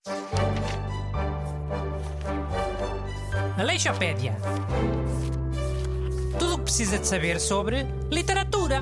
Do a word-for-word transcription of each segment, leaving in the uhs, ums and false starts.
Aleixopédia. Tudo o que precisa de saber sobre literatura.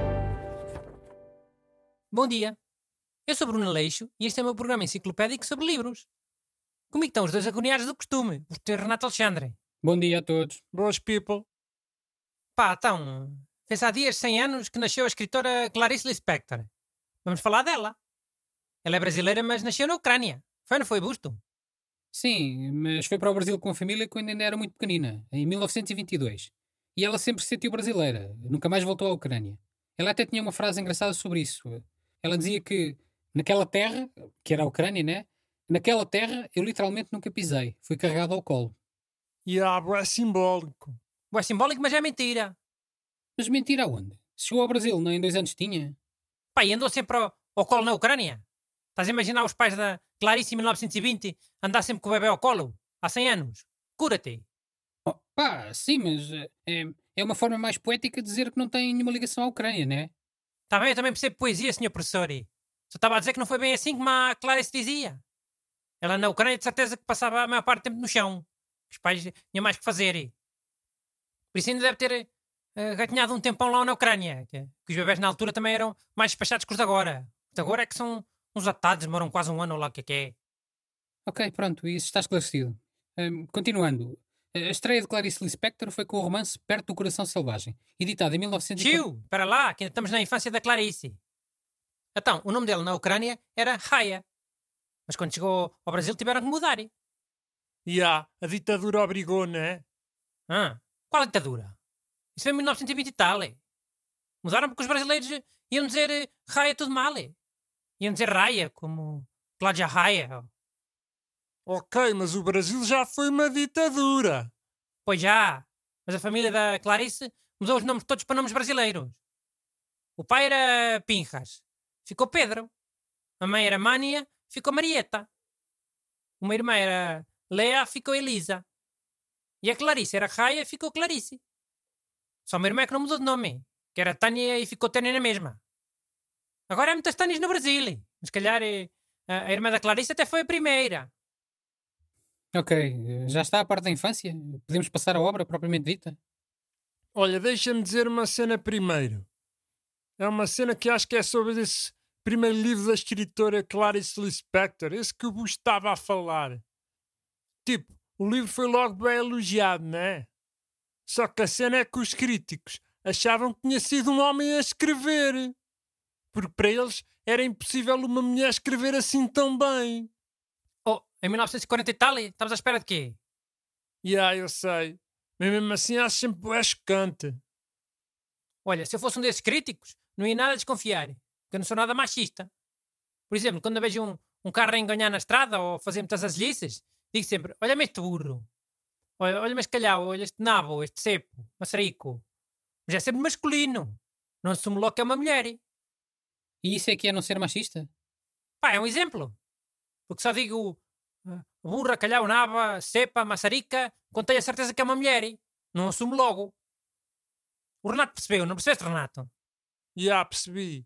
Bom dia. Eu sou Bruno Aleixo e este é o meu programa enciclopédico sobre livros. Comigo estão os dois agoniados do costume, o doutor Renato Alexandre. Bom dia a todos. Boas, people. Pá, então, fez há dias cem anos que nasceu a escritora Clarice Lispector. Vamos falar dela. Ela é brasileira, mas nasceu na Ucrânia. Foi ou não foi, Busto? Sim, mas foi para o Brasil com a família quando ainda era muito pequenina, em mil novecentos e vinte e dois. E ela sempre se sentiu brasileira, nunca mais voltou à Ucrânia. Ela até tinha uma frase engraçada sobre isso. Ela dizia que naquela terra, que era a Ucrânia, né? Naquela terra eu literalmente nunca pisei. Fui carregado ao colo. E a é simbólico. É simbólico, mas é mentira. Mas mentira aonde? Chegou ao Brasil, nem dois anos tinha? Pá, e andou sempre ao, ao colo na Ucrânia? Estás a imaginar os pais da Clarice em mil novecentos e vinte andar sempre com o bebê ao colo? Há cem anos? Cura-te. Oh, pá, sim, mas é, é uma forma mais poética de dizer que não tem nenhuma ligação à Ucrânia, né? Está bem, eu também percebo poesia, senhor professor. Só estava a dizer que não foi bem assim como a Clarice dizia. Ela na Ucrânia de certeza que passava a maior parte do tempo no chão. Os pais tinham mais que fazer. Por isso ainda deve ter uh, gatinhado um tempão lá na Ucrânia. Que, que os bebés na altura também eram mais despachados que os de agora. Os de agora é que são uns atados, demoram quase um ano ou lá o que é que é. Ok, pronto, isso está esclarecido. Um, continuando. A estreia de Clarice Lispector foi com o romance Perto do Coração Selvagem, editado em mil novecentos e quarenta. Tio, para lá, que ainda estamos na infância da Clarice. Então, o nome dele na Ucrânia era Raya. Mas quando chegou ao Brasil tiveram que mudar. E a, a ditadura obrigou, não é? Ah, qual ditadura? Isso foi em mil novecentos e vinte e tal. É? Mudaram porque os brasileiros iam dizer eh, Raya tudo mal. É? Iam dizer Raya, como Cláudia Raia. Ok, mas o Brasil já foi uma ditadura. Pois já, mas a família da Clarice mudou os nomes todos para nomes brasileiros. O pai era Pinjas, ficou Pedro. A mãe era Mânia, ficou Marieta. Uma irmã era Lea, ficou Elisa. E a Clarice era Raia, ficou Clarice. Só uma irmã é que não mudou de nome, que era Tânia e ficou Tânia na mesma. Agora há muitas Tânias no Brasil. Mas se calhar a, a irmã da Clarice até foi a primeira. Ok, já está a parte da infância? Podemos passar à obra propriamente dita? Olha, deixa-me dizer uma cena primeiro. É uma cena que acho que é sobre esse primeiro livro da escritora Clarice Lispector, esse que o Busto estava a falar. Tipo, o livro foi logo bem elogiado, não é? Só que a cena é que os críticos achavam que tinha sido um homem a escrever. Porque para eles era impossível uma mulher escrever assim tão bem. Oh, em mil novecentos e quarenta e tal, estavas à espera de quê? E yeah, eu sei. Mas mesmo assim acho sempre bué chocante. Olha, se eu fosse um desses críticos, não ia nada desconfiar. Porque eu não sou nada machista. Por exemplo, quando eu vejo um, um carro a enganhar na estrada ou fazer muitas aslices, digo sempre, olha-me este burro. Olha, olha-me este calhau, olha este nabo, este cepo, maçarico. Mas é sempre masculino. Não assumo logo que é uma mulher. E isso é que é não ser machista? Pá, é um exemplo. Porque só digo uh, burra, calhau, naba, cepa, maçarica, quando tenho a certeza que é uma mulher. Não assumo logo. O Renato percebeu, não percebeste, Renato? Já yeah, percebi.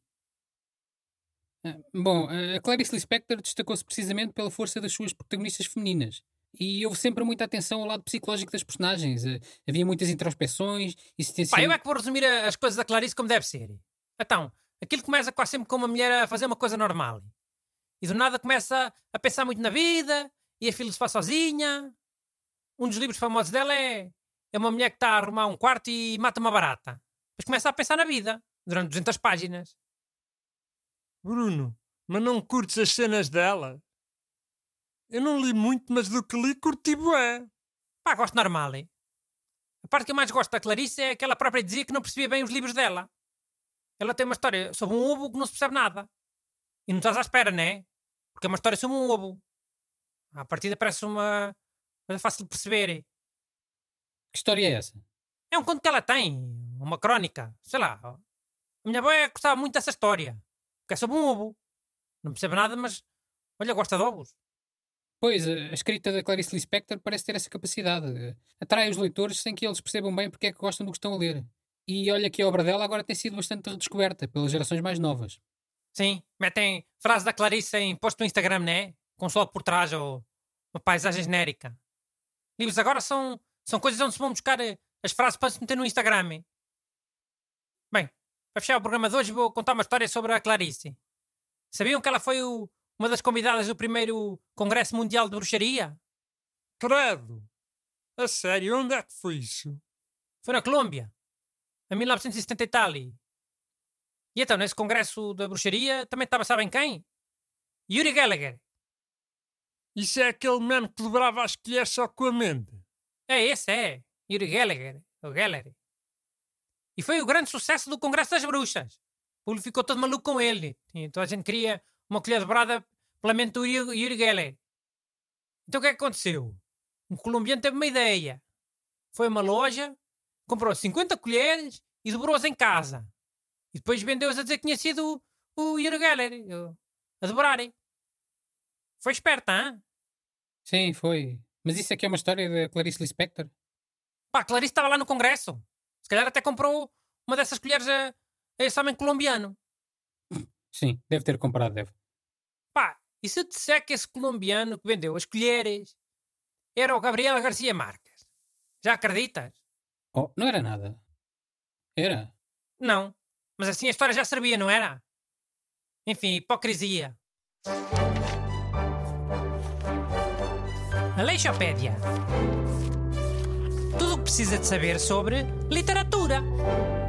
Ah, bom, a Clarice Lispector destacou-se precisamente pela força das suas protagonistas femininas. E houve sempre muita atenção ao lado psicológico das personagens. Uh, havia muitas introspeções, existência... Pá, eu é que vou resumir a, as coisas da Clarice como deve ser. Então, aquilo começa quase sempre com uma mulher a fazer uma coisa normal. E do nada começa a pensar muito na vida e a filosofar sozinha. Um dos livros famosos dela é, é uma mulher que está a arrumar um quarto e mata uma barata. Depois começa a pensar na vida, durante duzentas páginas. Bruno, mas não curtes as cenas dela? Eu não li muito, mas do que li curti bué. Pá, gosto normal. Hein? A parte que eu mais gosto da Clarice é que ela própria dizia que não percebia bem os livros dela. Ela tem uma história sobre um ovo que não se percebe nada. E não estás à espera, não é? Porque é uma história sobre um ovo. À partida parece uma coisa fácil de perceber. Que história é essa? É um conto que ela tem. Uma crónica. Sei lá. A minha avó gostava muito dessa história. Porque é sobre um ovo. Não percebe nada, mas... Olha, gosta de ovos. Pois, a escrita da Clarice Lispector parece ter essa capacidade. Atrai os leitores sem que eles percebam bem porque é que gostam do que estão a ler. E olha que a obra dela agora tem sido bastante redescoberta pelas gerações mais novas. Sim, metem frase da Clarice em post no Instagram, né? com sol por trás ou uma paisagem genérica. Livros agora são, são coisas onde se vão buscar eh, as frases para se meter no Instagram. hein? Bem, para fechar o programa de hoje vou contar uma história sobre a Clarice. Sabiam que ela foi o- uma das convidadas do primeiro Congresso Mundial de Bruxaria? Credo! A sério, onde é que foi isso? Foi na Colômbia, em mil novecentos e setenta e tal. E e então, nesse Congresso da Bruxaria, também estava, sabem quem? Yuri Gallagher. Isso é aquele mano que dobrava as colheres só com a mente. É esse, é. Yuri Gallagher. O Gallagher. E foi o grande sucesso do Congresso das Bruxas. O público ficou todo maluco com ele. E toda a gente queria uma colher dobrada pela mente do Yuri, Yuri Gallagher. Então o que é que aconteceu? Um colombiano teve uma ideia. Foi a uma loja, comprou cinquenta colheres e dobrou-as em casa. E depois vendeu-as a dizer que tinha sido o, o Yuri Gallagher o- a dobrarem. Foi esperta, hein? Sim, foi. Mas isso aqui é uma história da Clarice Lispector? Pá, Clarice estava lá no Congresso. Se calhar até comprou uma dessas colheres a, a esse homem colombiano. Sim, deve ter comprado, deve. Pá, e se eu disser que esse colombiano que vendeu as colheres era o Gabriel Garcia Marques? Já acreditas? Oh, não era nada. Era? Não. Mas assim a história já servia, não era? Enfim, hipocrisia. Aleixopédia. Tudo o que precisa de saber sobre literatura.